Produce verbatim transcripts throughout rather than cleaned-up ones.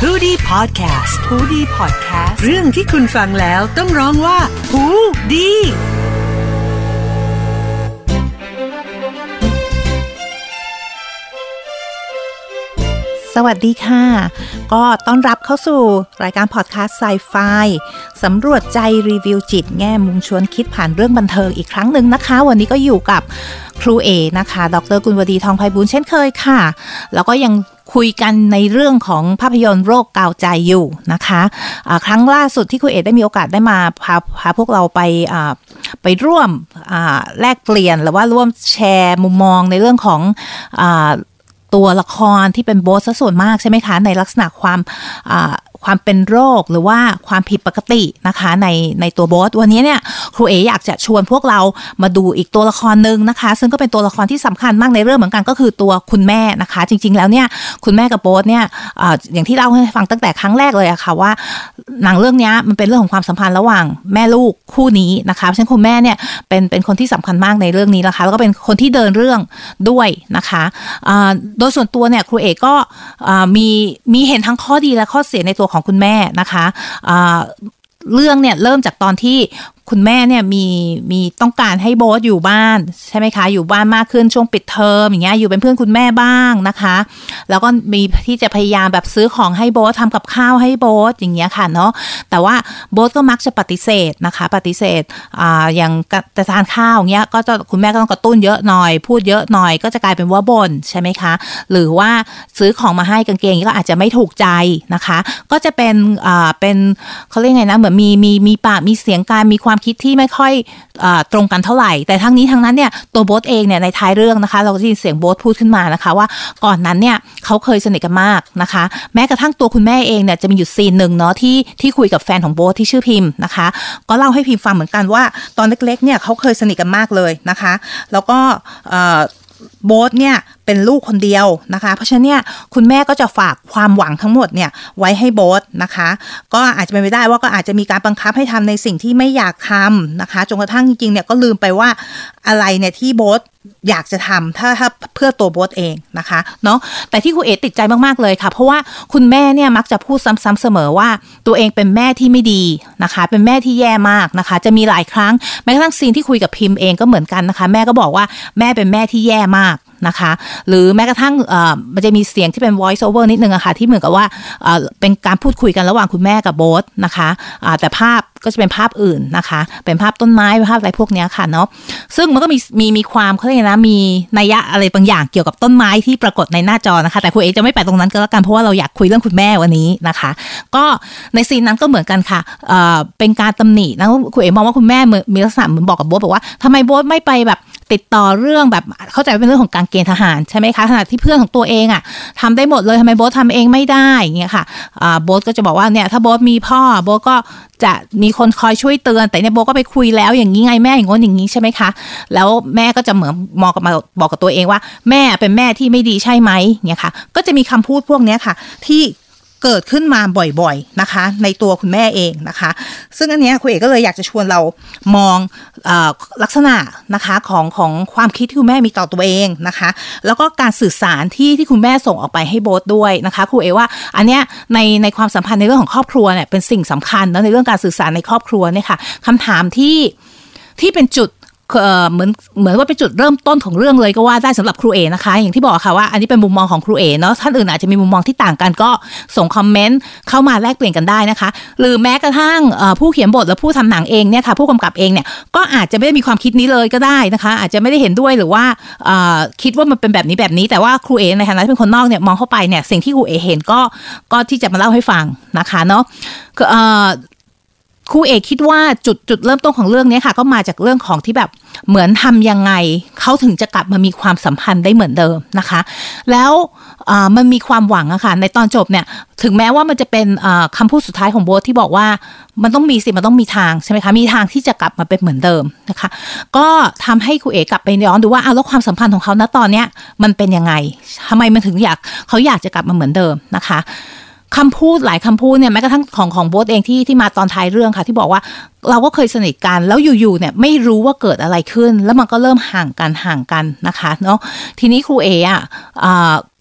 ฮูดี้พอดแคสต์ฮูดี้พอดแคสต์เรื่องที่คุณฟังแล้วต้องร้องว่าฮูดีสวัสดีค่ะก็ต้อนรับเข้าสู่รายการพอดแคสต์ไซไฟสำรวจใจรีวิวจิตแง่มุมชวนคิดผ่านเรื่องบันเทิงอีกครั้งหนึ่งนะคะวันนี้ก็อยู่กับครูเอนะคะดร.กุลวดีทองไพบูลย์เช่นเคยค่ะแล้วก็ยังคุยกันในเรื่องของภาพยนตร์โรคกาวใจอยู่นะคะะครั้งล่าสุดที่ครูเอได้มีโอกาสได้มาพาพาพวกเราไปไปร่วมแลกเปลี่ยนหรือว่าร่วมแชร์มุมมองในเรื่องของตัวละครที่เป็นโบสซะส่วนมากใช่ไหมคะในลักษณะความความเป็นโรคหรือว่าความผิดปกตินะคะในในตัวโบสวันนี้เนี่ยครูเออยากจะชวนพวกเรามาดูอีกตัวละครนึงนะคะซึ่งก็เป็นตัวละครที่สำคัญมากในเรื่องเหมือนกันก็คือตัวคุณแม่นะคะจริงๆแล้วเนี่ยคุณแม่กับโบสเนี่ยอ, อย่างที่เล่าให้ฟังตั้งแต่ครั้งแรกเลยอะค่ะว่าหนังเรื่องนี้มันเป็นเรื่องของความสัมพันธ์ระหว่างแม่ลูกคู่นี้นะคะเพราะฉะนั้นคุณแม่เนี่ยเป็นเป็นคนที่สำคัญมากในเรื่องนี้นะคะแล้วก็เป็นคนที่เดินเรื่องด้วยนะคะโดยส่วนตัวเนี่ยครูเอก็มีมีเห็นทั้งข้อดีและข้อเสียในตัวของคุณแม่นะคะเรื่องเนี่ยเริ่มจากตอนที่คุณแม่เนี่ยมีมีต้องการให้โบ๊ทอยู่บ้านใช่ไหมคะอยู่บ้านมากขึ้นช่วงปิดเทอมอย่างเงี้ยอยู่เป็นเพื่อนคุณแม่บ้างนะคะแล้วก็มีที่จะพยายามแบบซื้อของให้โบ๊ททำกับข้าวให้โบ๊ทอย่างเงี้ยค่ะเนาะแต่ว่าโบ๊ทก็มักจะปฏิเสธนะคะปฏิเสธอ่าอย่างจะทานข้าวเงี้ยก็จะคุณแม่ก็ต้องกระตุ้นเยอะหน่อยพูดเยอะหน่อยก็จะกลายเป็นว่าบ่นใช่ไหมคะหรือว่าซื้อของมาให้กางเกงก็อาจจะไม่ถูกใจนะคะก็จะเป็นอ่าเป็นเขาเรียกไงนะเหมือนมีมีมีปากมีเสียงการมีความคิดที่ไม่ค่อยตรงกันเท่าไหร่แต่ทั้งนี้ทั้งนั้นเนี่ยตัวโบ๊ทเองเนี่ยในท้ายเรื่องนะคะเราก็ได้ยินเสียงโบ๊ทพูดขึ้นมานะคะว่าก่อนนั้นเนี่ยเขาเคยสนิทกันมากนะคะแม้กระทั่งตัวคุณแม่เองเนี่ยจะมีอยู่ซีนหนึ่งเนาะที่ที่คุยกับแฟนของโบ๊ทที่ชื่อพิมพ์นะคะก็เล่าให้พิมพ์ฟังเหมือนกันว่าตอนเล็กๆเนี่ยเขาเคยสนิทกันมากเลยนะคะแล้วก็โบ๊ทเนี่ยเป็นลูกคนเดียวนะคะเพราะฉะนั้นเนี่ยคุณแม่ก็จะฝากความหวังทั้งหมดเนี่ยไว้ให้โบ๊ทนะคะก็อาจจะเป็นไปได้ว่าก็อาจจะมีการบังคับให้ทำในสิ่งที่ไม่อยากทำนะคะจนกระทั่งจริงๆเนี่ยก็ลืมไปว่าอะไรเนี่ยที่โบ๊ทอยากจะทำถ้าถ้าเพื่อตัวโบ๊ทเองนะคะเนาะแต่ที่ครูเอ๋ติดใจมากๆเลยค่ะเพราะว่าคุณแม่เนี่ยมักจะพูดซ้ำๆเสมอว่าตัวเองเป็นแม่ที่ไม่ดีนะคะเป็นแม่ที่แย่มากนะคะจะมีหลายครั้งแม้กระทั่งซีนที่คุยกับพิมพ์เองก็เหมือนกันนะคะแม่ก็บอกว่าแม่เป็นแม่ที่แย่มากนะคะหรือแม้กระทั่งมันจะมีเสียงที่เป็น voice over นิดนึงอะค่ะที่เหมือนกับว่าเป็นการพูดคุยกันระหว่างคุณแม่กับโบ๊ทนะคะแต่ภาพก็จะเป็นภาพอื่นนะคะเป็นภาพต้นไม้เป็นภาพอะไรพวกนี้ค่ะเนาะซึ่งมันก็มีมีมีความเขาเรียกนะมีนัยยะอะไรบางอย่างเกี่ยวกับต้นไม้ที่ปรากฏในหน้าจอนะคะแต่คุณเอจะไม่ไปตรงนั้นก็แล้วกันเพราะว่าเราอยากคุยเรื่องคุณแม่วันนี้นะคะก็ในซีนนั้นก็เหมือนกันค่ะเป็นการตำหนินะคุณเอมองว่าคุณแม่มีลักษณะเหมือนบอกกับโบ๊ทบอกว่าทำไมโบ๊ทไม่ไปแบบติดต่อเรื่องแบบเข้าใจว่าเป็นเรื่องของการเกณฑ์ทหารใช่ไหมคะขณะที่เพื่อนของตัวเองอ่ะทำได้หมดเลยทำไมโบ๊ททำเองไม่ได้อย่างเงี้ยค่ะโบ๊ทก็จะบอกว่าเนี่ยถ้าโบ๊ทมีพ่อโบ๊ทก็จะมีคนคอยช่วยเตือนแต่เนี่ยโบ๊ทก็ไปคุยแล้วอย่างนี้ไงแม่อย่างง้นอย่างนี้ใช่ไหมคะแล้วแม่ก็จะเหมือนมองกับมาบอกกับตัวเองว่าแม่เป็นแม่ที่ไม่ดีใช่ไหมเนี่ยค่ะก็จะมีคำพูดพวกนี้ค่ะที่เกิดขึ้นมาบ่อยๆนะคะในตัวคุณแม่เองนะคะซึ่งอันนี้คุณเอกก็เลยอยากจะชวนเรามองเอ่อลักษณะนะคะของของความคิดที่คุณแม่มีต่อตัวเองนะคะแล้วก็การสื่อสารที่ที่คุณแม่ส่งออกไปให้โบ๊ทด้วยนะคะครูเอว่าอันเนี้ยในในความสัมพันธ์ในเรื่องของครอบครัวเนี่ยเป็นสิ่งสำคัญนะในเรื่องการสื่อสารในครอบครัวเนี่ยค่ะคำถามที่ที่เป็นจุดเหมือนเหมือนว่าเป็นจุดเริ่มต้นของเรื่องเลยก็ว่าได้สำหรับครูเอนะคะอย่างที่บอกค่ะว่าอันนี้เป็นมุมมองของครูเอเนาะท่านอื่นอาจจะมีมุมมองที่ต่างกันก็ส่งคอมเมนต์เข้ามาแลกเปลี่ยนกันได้นะคะหรือแม้กระทั่งผู้เขียนบทและผู้ทำหนังเองเนี่ยค่ะผู้กำกับเองเนี่ยก็อาจจะไม่ได้มีความคิดนี้เลยก็ได้นะคะอาจจะไม่ได้เห็นด้วยหรือว่าคิดว่ามันเป็นแบบนี้แบบนี้แต่ว่าครูเอในฐานะที่เป็นคนนอกเนี่ยมองเข้าไปเนี่ยสิ่งที่ครูเอเห็นก็ก็ที่จะมาเล่าให้ฟังนะคะเนาะครูเอกคิดว่าจุดจุดเริ่มต้นของเรื่องนี้ค่ะก็มาจากเรื่องของที่แบบเหมือนทำยังไงเขาถึงจะกลับมามีความสัมพันธ์ได้เหมือนเดิมนะคะแล้วมันมีความหวังอะค่ะในตอนจบเนี่ยถึงแม้ว่ามันจะเป็นคำพูดสุดท้ายของโบ๊ทที่บอกว่ามันต้องมีสิมันต้องมีทางใช่ไหมคะมีทางที่จะกลับมาเป็นเหมือนเดิมนะคะก็ทำให้ครูเอกกลับไปย้อนดูว่าอ้าวแล้วความสัมพันธ์ของเขาณตอนเนี้ยมันเป็นยังไงทำไมมันถึงอยากเขาอยากจะกลับมาเหมือนเดิมนะคะคำพูดหลายคำพูดเนี่ยแม้กระทั่งของของโบ๊ทเองที่ที่มาตอนท้ายเรื่องค่ะที่บอกว่าเราก็เคยสนิทกันแล้วอยู่ๆเนี่ยไม่รู้ว่าเกิดอะไรขึ้นแล้วมันก็เริ่มห่างกันห่างกันนะคะเนาะทีนี้ครูเออ่ะ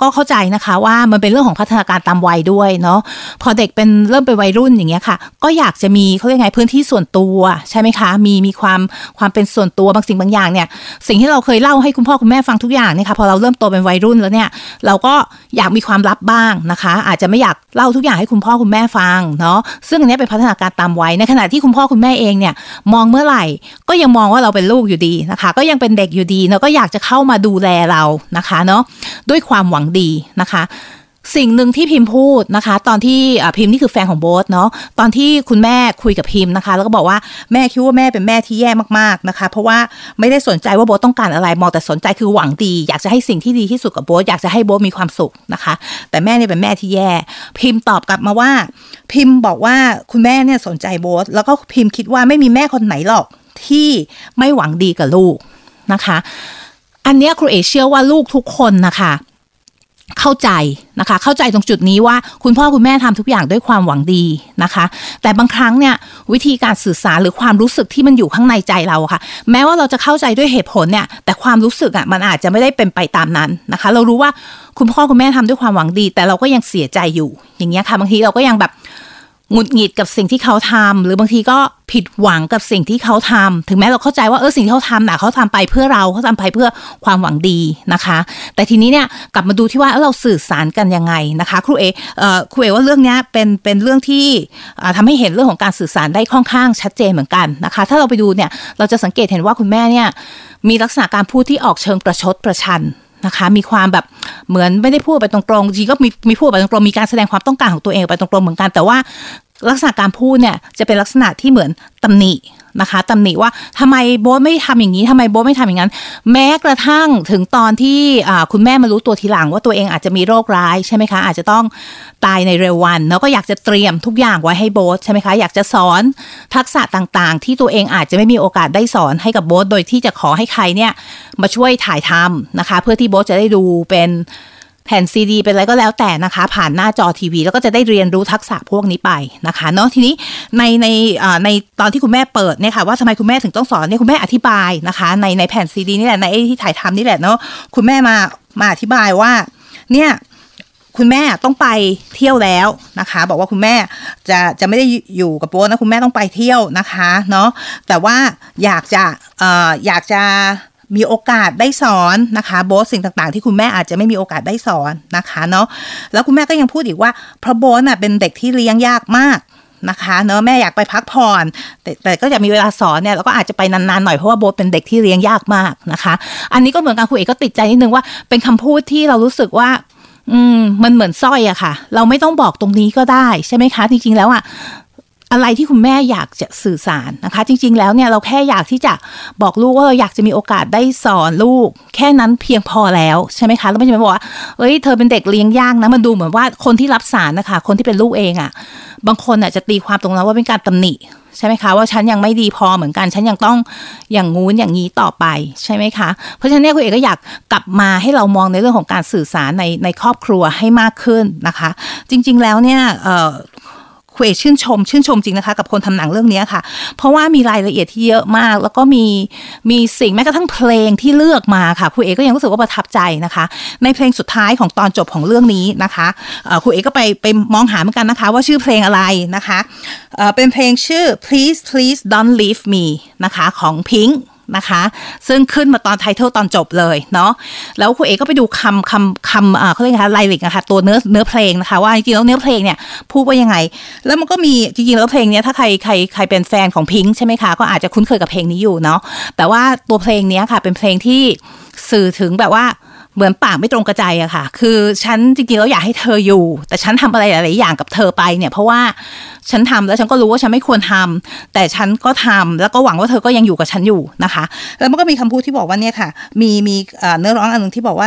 ก็เข้าใจนะคะว่ามันเป็นเรื่องของพัฒนาการตามวัยด้วยเนาะพอเด็กเป็นเริ่มเป็นวัยรุ่นอย่างเงี้ยค่ะก็อยากจะมีเขาเรียกไงพื้นที่ส่วนตัวใช่ไหมคะมีมีความความเป็นส่วนตัวบางสิ่งบางอย่างเนี่ยสิ่งที่เราเคยเล่าให้คุณพ่อคุณแม่ฟังทุกอย่างเนี่ยค่ะพอเราเริ่มโตเป็นวัยรุ่นแล้วเนี่ยเราก็อยากมีความลับบ้างนะคะอาจจะไม่อยากเล่าทุกอย่างให้คุณพ่อคุณแม่ฟังเนาะซึ่งอันนี้เป็นพัฒนาการตามวัยในขณะที่คุณพ่อคุณแม่เองเนี่ยมองเมื่อไหร่ก็ยังมองว่าเราเป็นลูกอยู่ดีนะคะก็ยังเป็นเด็กอยู่ดีเนาะก็อยากจะเข้ามาดูแลเรานะคะเนาะด้วยความหวังดีนะคะสิ่งหนึ่งที่พิมพ์พูดนะคะตอนที่พิมพ์นี่คือแฟนของโบ๊ทเนาะตอนที่คุณแม่คุยกับพิมพ์นะคะแล้วก็บอกว่าแม่คิดว่าแม่เป็นแม่ที่แย่มากๆนะคะเพราะว่าไม่ได้สนใจว่าโบ๊ทต้องการอะไรมองแต่สนใจคือหวังดีอยากจะให้สิ่งที่ดีที่สุดกับโบ๊ทอยากจะให้โบ๊ทมีความสุขนะคะแต่แม่เนี่ยเป็นแม่ที่แย่พิมพ์ตอบกลับมาว่าพิมพ์บอกว่าคุณแม่เนี่ยสนใจโบ๊ทแล้วก็พิมพ์คิดว่าไม่มีแม่คนไหนหรอกที่ไม่หวังดีกับลูกนะคะอันเนี้ยครูเอเชื่อว่าลูกทุกคนนะคะเข้าใจนะคะเข้าใจตรงจุดนี้ว่าคุณพ่อคุณแม่ทำทุกอย่างด้วยความหวังดีนะคะแต่บางครั้งเนี่ยวิธีการสื่อสารหรือความรู้สึกที่มันอยู่ข้างในใจเราค่ะแม้ว่าเราจะเข้าใจด้วยเหตุผลเนี่ยแต่ความรู้สึกอ่ะมันอาจจะไม่ได้เป็นไปตามนั้นนะคะเรารู้ว่าคุณพ่อคุณแม่ทำด้วยความหวังดีแต่เราก็ยังเสียใจอยู่อย่างเงี้ยค่ะบางทีเราก็ยังแบบหงุดหงิดกับสิ่งที่เขาทำหรือบางทีก็ผิดหวังกับสิ่งที่เขาทำถึงแม้เราเข้าใจว่าเออสิ่งที่เขาทำน่ะเขาทำไปเพื่อเราเขาทำไปเพื่อความหวังดีนะคะแต่ทีนี้เนี่ยกลับมาดูที่ว่าเราสื่อสารกันยังไงนะคะครูเอเอ่อครูเอว่าเรื่องนี้เป็นเป็นเรื่องที่ทำให้เห็นเรื่องของการสื่อสารได้ค่อนข้างชัดเจนเหมือนกันนะคะถ้าเราไปดูเนี่ยเราจะสังเกตเห็นว่าคุณแม่เนี่ยมีลักษณะการพูดที่ออกเชิงประชดประชันนะคะมีความแบบเหมือนไม่ได้พูดไปตรงๆจริงก็มีมีพูดไปตรงๆมีการแสดงความต้องการของตัวเองไปตรงๆเหมือนกันแต่ว่าลักษณะการพูดเนี่ยจะเป็นลักษณะที่เหมือนตำหนินะคะตำหนิว่าทำไมโบ๊ทไม่ทำอย่างนี้ทำไมโบ๊ทไม่ทำอย่างนั้นแม้กระทั่งถึงตอนที่คุณแม่มารู้ตัวทีหลังว่าตัวเองอาจจะมีโรคร้ายใช่ไหมคะอาจจะต้องตายในเร็ววันแล้วก็อยากจะเตรียมทุกอย่างไว้ให้โบ๊ทใช่ไหมคะอยากจะสอนทักษะต่างๆที่ตัวเองอาจจะไม่มีโอกาสได้สอนให้กับโบ๊ทโดยที่จะขอให้ใครเนี่ยมาช่วยถ่ายทำนะคะเพื่อที่โบ๊ทจะได้ดูเป็นแผ่นซีดีเป็นอะไรก็แล้วแต่นะคะผ่านหน้าจอทีวีแล้วก็จะได้เรียนรู้ทักษะพวกนี้ไปนะคะเนาะทีนี้ในในในตอนที่คุณแม่เปิดเนี่ยค่ะว่าทำไมคุณแม่ถึงต้องสอนเนี่ยคุณแม่อธิบายนะคะในในแผ่นซีดีนี่แหละในไอ้ที่ถ่ายทำนี่แหละเนาะคุณแม่มามาอธิบายว่าเนี่ยคุณแม่ต้องไปเที่ยวแล้วนะคะบอกว่าคุณแม่จะจะไม่ได้อยู่กับโบ๊ทนะคุณแม่ต้องไปเที่ยวนะคะเนาะแต่ว่าอยากจะเอ่ออยากจะมีโอกาสได้สอนนะคะโบ๊ทสิ่งต่างๆที่คุณแม่อาจจะไม่มีโอกาสได้สอนนะคะเนาะแล้วคุณแม่ก็ยังพูดอีกว่าเพราะโบ๊ทน่ะเป็นเด็กที่เลี้ยงยากมากนะคะเนาะแม่อยากไปพักผ่อนแต่แต่ก็อยากมีเวลาสอนเนี่ยแล้วก็อาจจะไปนานๆหน่อยเพราะว่าโบ๊ทเป็นเด็กที่เลี้ยงยากมากนะคะอันนี้ก็เหมือนกันครูเอกก็ติดใจนิดนึงว่าเป็นคำพูดที่เรารู้สึกว่าอืมมันเหมือนสร้อยอะค่ะเราไม่ต้องบอกตรงนี้ก็ได้ใช่ไหมคะจริงๆแล้วอะอะไรที่คุณแม่อยากจะสื่อสารนะคะจริงๆแล้วเนี่ยเราแค่อยากที่จะบอกลูกว่าเราอยากจะมีโอกาสได้สอนลูกแค่นั้นเพียงพอแล้วใช่ไหมคะแล้วไม่ใช่บอกว่าเอ้ยเธอเป็นเด็กเลี้ยงยากนะมันดูเหมือนว่าคนที่รับสารนะคะคนที่เป็นลูกเองอ่ะบางคนอ่ะจะตีความตรงนั้นว่าเป็นการตำหนิใช่ไหมคะว่าฉันยังไม่ดีพอเหมือนกันฉันยังต้องอย่างงู้นอย่างนี้ต่อไปใช่ไหมคะเพราะฉะนั้นเนี่ยคุณเอกก็อยากกลับมาให้เรามองในเรื่องของการสื่อสารในในครอบครัวให้มากขึ้นนะคะจริงๆแล้วเนี่ยเอ่อครูเอกชื่นชมชื่นชมจริงนะคะกับคนทำหนังเรื่องนี้ค่ะเพราะว่ามีรายละเอียดที่เยอะมากแล้วก็มีมีสิ่งแม้กระทั่งเพลงที่เลือกมาค่ะครูเอกก็ยังรู้สึกว่าประทับใจนะคะในเพลงสุดท้ายของตอนจบของเรื่องนี้นะคะครูเอกก็ไปไปมองหาเหมือนกันนะคะว่าชื่อเพลงอะไรนะคะเป็นเพลงชื่อ please please don't leave me นะคะของ Pinkนะคะซึ่งขึ้นมาตอนไทเทิลตอนจบเลยเนาะแล้วครูเอกก็ไปดูคำคำคำอ่าเขาเรียกอะไรไลลิกนะคะตัวเนื้อเนื้อเพลงนะคะว่าจริงๆแล้วเนื้อเพลงเนี่ยพูดว่ายังไงแล้วมันก็มีจริงๆแล้วเพลงเนี้ยถ้าใครใครใครเป็นแฟนของพิงค์ใช่ไหมคะก็อาจจะคุ้นเคยกับเพลงนี้อยู่เนาะแต่ว่าตัวเพลงเนี้ยค่ะเป็นเพลงที่สื่อถึงแบบว่าเหมือนปากไม่ตรงกระจายอะค่ะคือฉันจริงๆแล้วอยากให้เธออยู่แต่ฉันทำอะไรหลายๆอย่างกับเธอไปเนี่ยเพราะว่าฉันทำแล้วฉันก็รู้ว่าฉันไม่ควรทำแต่ฉันก็ทำแล้วก็หวังว่าเธอก็ยังอยู่กับฉันอยู่นะคะแล้วมันก็มีคำพูดที่บอกว่าเนี่ยค่ะมีมีเนื้อร้องอันนึงที่บอกว่า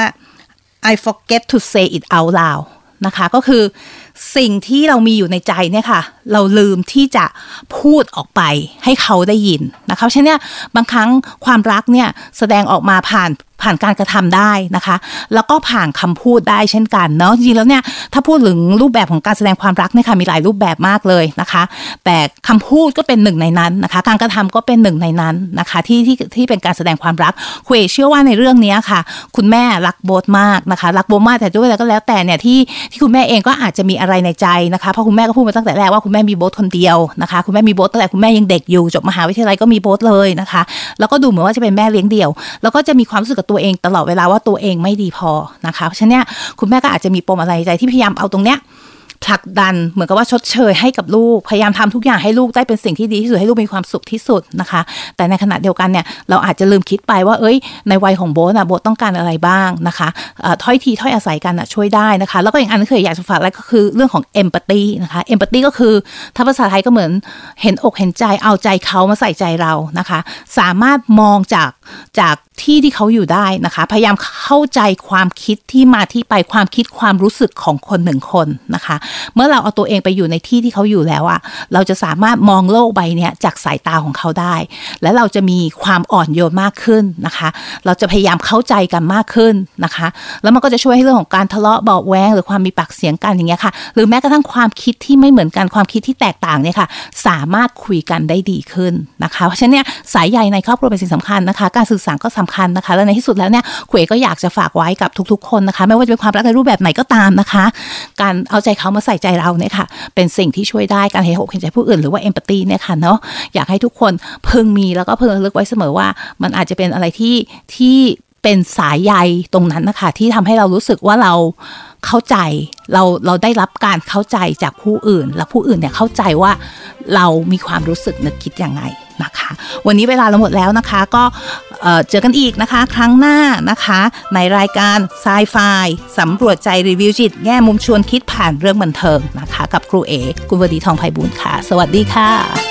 I forget to say it out loud นะคะก็คือสิ่งที่เรามีอยู่ในใจเนี่ยค่ะเราลืมที่จะพูดออกไปให้เขาได้ยินนะคะเพราะฉะนั้นบางครั้งความรักเนี่ยแสดงออกมาผ่านผ่านการกระทำได้นะคะแล้วก็ผ่านคำพูดได้เช่นกันเนาะจริงๆแล้วเนี่ยถ้าพูดถึงรูปแบบของการแสดงความรักเนี่ยค่ะมีหลายรูปแบบมากเลยนะคะแต่คำพูดก็เป็นหนึ่งในนั้นนะคะการกระทำก็เป็นหนึ่งในนั้นนะคะที่ที่ที่เป็นการแสดงความรักคุยเชื่อว่าในเรื่องนี้ค่ะคุณแม่รักโบ๊ทมากนะคะรักโบ๊ทมากแต่ด้วยอะไรก็แล้วแต่เนี่ยที่ที่คุณแม่เองก็อาจจะมีอะไรในใจนะคะเพราะคุณแม่ก็พูดมาตั้งแต่แรกว่าคุณแม่มีโบ๊ทคนเดียวนะคะคุณแม่มีโบ๊ทตั้งแต่คุณแม่ยังเด็กอยู่จบมหาวิทยาลัยก็มีโบ๊ทเลยนะคะแล้วก็ดูเหมือนว่าจะเป็นแม่เลี้ยงเดี่ยวแล้วก็จะมีความรู้สึกกับตัวเองตลอดเวลาว่าตัวเองไม่ดีพอนะคะเพราะฉะนั้นเนี่ยคุณแม่ก็อาจจะมีปมอะไรในใจที่พยายามเอาตรงเนี้ยผลักดันเหมือนกับว่าชดเชยให้กับลูกพยายามทำทุกอย่างให้ลูกได้เป็นสิ่งที่ดีที่สุดให้ลูกมีความสุขที่สุดนะคะแต่ในขณะเดียวกันเนี่ยเราอาจจะลืมคิดไปว่าเอ้ยในวัยของโบ๊ทนะโบ๊ทต้องการอะไรบ้างนะคะถ้อยทีถ้อยอาศัยกันช่วยได้นะคะแล้วก็อีกอันนึงคืออยากจะฝากอะไรก็คือเรื่องของเอมพัตตีนะคะเอมพัตตีก็คือถ้าภาษาไทยก็เหมือนเห็นอกเห็นใจเอาใจเขามาใส่ใจเรานะคะสามารถมองจากจากที่ที่เขาอยู่ได้นะคะพยายามเข้าใจความคิดที่มาที่ไปความคิดความรู้สึกของคนหนึ่งคนนะคะเมื่อเราเอาตัวเองไปอยู่ในที่ที่เขาอยู่แล้วอะเราจะสามารถมองโลกใบนี้จากสายตาของเขาได้และเราจะมีความอ่อนโยนมากขึ้นนะคะเราจะพยายามเข้าใจกันมากขึ้นนะคะแล้วมันก็จะช่วยให้เรื่องของการทะเลาะเบาะแว้งหรือความมีปากเสียงกันอย่างเงี้ยค่ะหรือแม้กระทั่งความคิดที่ไม่เหมือนกันความคิดที่แตกต่างเนี่ยค่ะสามารถคุยกันได้ดีขึ้นนะคะเพราะฉะนั้นเนี่ยสายใยในครอบครัวเป็นสิ่งสำคัญนะคะการสื่อสารก็สำคัญนะคะและในที่สุดแล้วเนี่ยคุยก็อยากจะฝากไว้กับทุกๆคนนะคะไม่ว่าจะเป็นความรักในรูปแบบไหนก็ตามนะคะการเอาใจเขามาใส่ใจเราเนี่ยค่ะเป็นสิ่งที่ช่วยได้การเห็นอกเห็นใจผู้อื่นหรือว่าเอมพัตตีเนี่ยค่ะเนาะอยากให้ทุกคนพึงมีแล้วก็พึงระลึกไว้เสมอว่ามันอาจจะเป็นอะไรที่ที่เป็นสายใยตรงนั้นนะคะที่ทำให้เรารู้สึกว่าเราเข้าใจเราเราได้รับการเข้าใจจากผู้อื่นและผู้อื่นเนี่ยเข้าใจว่าเรามีความรู้สึกนึกคิดยังไงนะคะวันนี้เวลาเราหมดแล้วนะคะก็เอ่อเจอกันอีกนะคะครั้งหน้านะคะในรายการไซไฟสำรวจใจรีวิวจิตแง่มุมชวนคิดผ่านเรื่องบันเทิงนะคะกับครูเอกุลวดีทองไพบูลย์ค่ะสวัสดีค่ะ